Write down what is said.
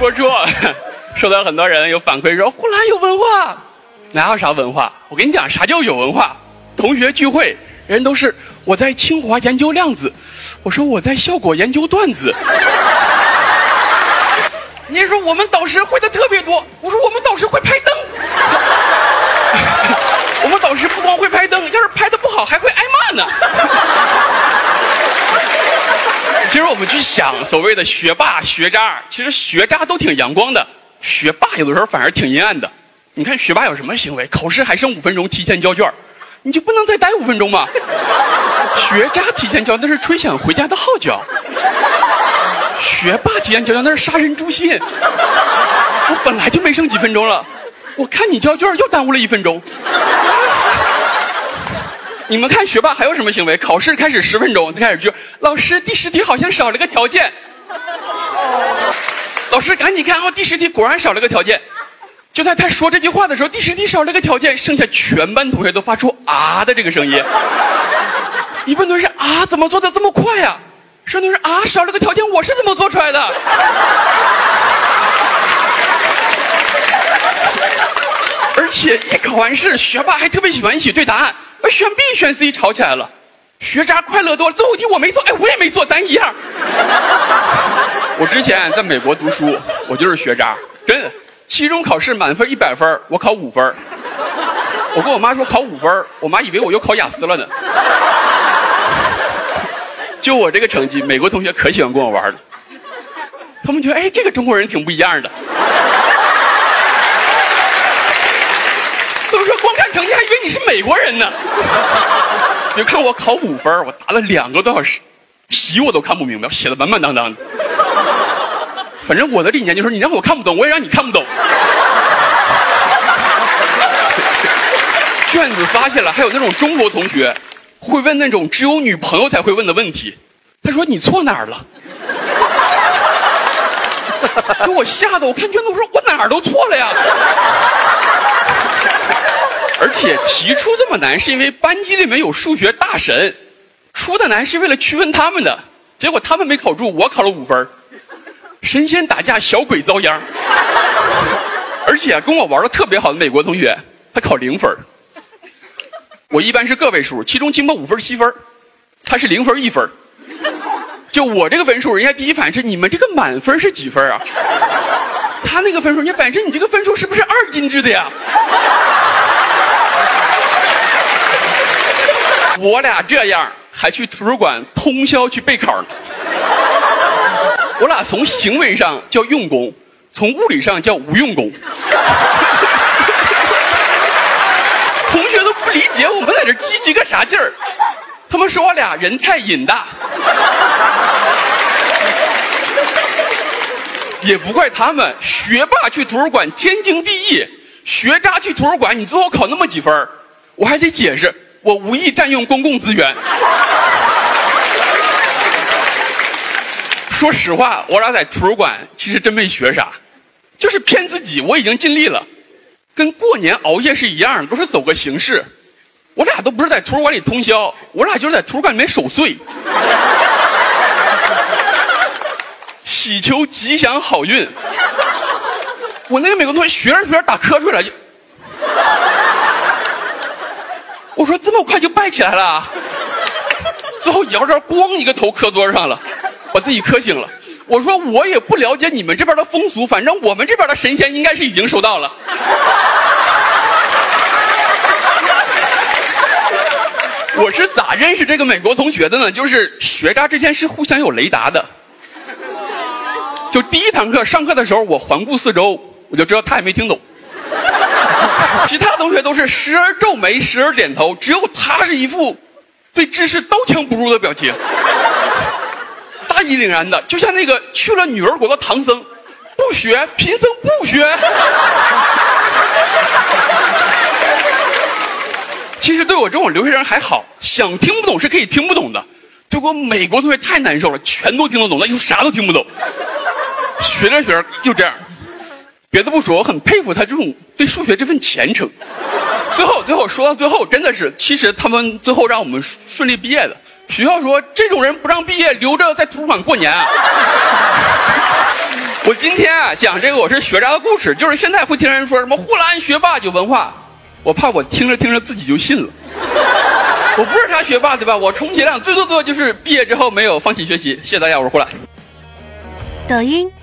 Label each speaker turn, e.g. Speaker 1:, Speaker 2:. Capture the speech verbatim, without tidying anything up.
Speaker 1: 播出，收到很多人有反馈说呼兰有文化，哪有啥文化？我跟你讲，啥叫有文化？同学聚会，人都是我在清华研究量子，我说我在效果研究段子。你说我们导师会的特别多，我说我们导师会拍灯。我们导师不光会拍灯，要是拍的不好还会挨骂呢。其实我们去想所谓的学霸学渣，其实学渣都挺阳光的，学霸有的时候反而挺阴暗的。你看学霸有什么行为？考试还剩五分钟提前交卷，你就不能再待五分钟吗？学渣提前交那是吹响回家的号角，学霸提前交卷那是杀人诛心。我本来就没剩几分钟了，我看你交卷又耽误了一分钟。你们看学霸还有什么行为？考试开始十分钟，他开始就老师第十题好像少了个条件，老师赶紧看哦，第十题果然少了个条件。就在他说这句话的时候，第十题少了个条件，剩下全班同学都发出啊的这个声音。一般都是啊，怎么做的这么快呀？剩都是啊，少了个条件，我是怎么做出来的？而且一考完试，学霸还特别喜欢一起对答案，选 B 选 C 吵起来了，学渣快乐多了。最后一题我没做，哎，我也没做，咱一样。我之前在美国读书，我就是学渣，真的。期中考试满分一百分，我考五分。我跟我妈说考五分，我妈以为我又考雅思了呢。就我这个成绩，美国同学可喜欢跟我玩了，他们觉得哎，这个中国人挺不一样的。他们说光看成绩还以为你是美国人呢。就看我考五分，我答了两个多小时，题我都看不明白，写的满满当当的。反正我的理念就是，你让我看不懂，我也让你看不懂。卷子发下来，还有那种中国同学会问那种只有女朋友才会问的问题。他说你错哪儿了？给我吓得我看卷子，我说我哪儿都错了呀。而且题出这么难，是因为班级里面有数学大神，出的难是为了区分他们的。结果他们没考住，我考了五分。神仙打架，小鬼遭殃。而且、啊、跟我玩的特别好的美国同学，他考零分。我一般是个位数，期中、期末五分、七分，他是零分一分。就我这个分数，人家第一反应是你们这个满分是几分啊？他那个分数，人家反应是你这个分数是不是二进制的呀？我俩这样还去图书馆通宵去备考呢。我俩从行为上叫用功，从物理上叫无用功。同学都不理解我们在这积极个啥劲儿，他们说我俩人菜瘾大。也不怪他们，学霸去图书馆天经地义，学渣去图书馆你最后考那么几分，我还得解释我无意占用公共资源。说实话，我俩在图书馆其实真没学啥，就是骗自己我已经尽力了，跟过年熬夜是一样的，都是走个形式。我俩都不是在图书馆里通宵，我俩就是在图书馆里面守岁，祈求吉祥好运。我那个美国同学学着学着打瞌睡了，就我说这么快就拜起来了啊，最后摇着咣一个头磕桌上了，把自己磕醒了。我说我也不了解你们这边的风俗，反正我们这边的神仙应该是已经收到了。我是咋认识这个美国同学的呢？就是学渣之间是互相有雷达的。就第一堂课上课的时候，我环顾四周，我就知道他也没听懂。其他同学都是时而皱眉，时而点头，只有他是一副对知识刀枪不入的表情，大义凛然的，就像那个去了女儿国的唐僧，不学，贫僧不学。其实对我这种留学生还好，想听不懂是可以听不懂的。对我美国同学太难受了，全都听得懂，那又啥都听不懂。学着学着又这样。别的不说，我很佩服他这种对数学这份虔诚。最后，最后说到最后，真的是，其实他们最后让我们顺利毕业的。学校说这种人不让毕业，留着在图书馆过年啊。 我今天啊讲这个我是学渣的故事，就是现在会听人说什么呼兰学霸有文化，我怕我听着听着自己就信了。我不是啥学霸对吧？我充其量最多多就是毕业之后没有放弃学习。谢谢大家，我是呼兰。
Speaker 2: 抖音、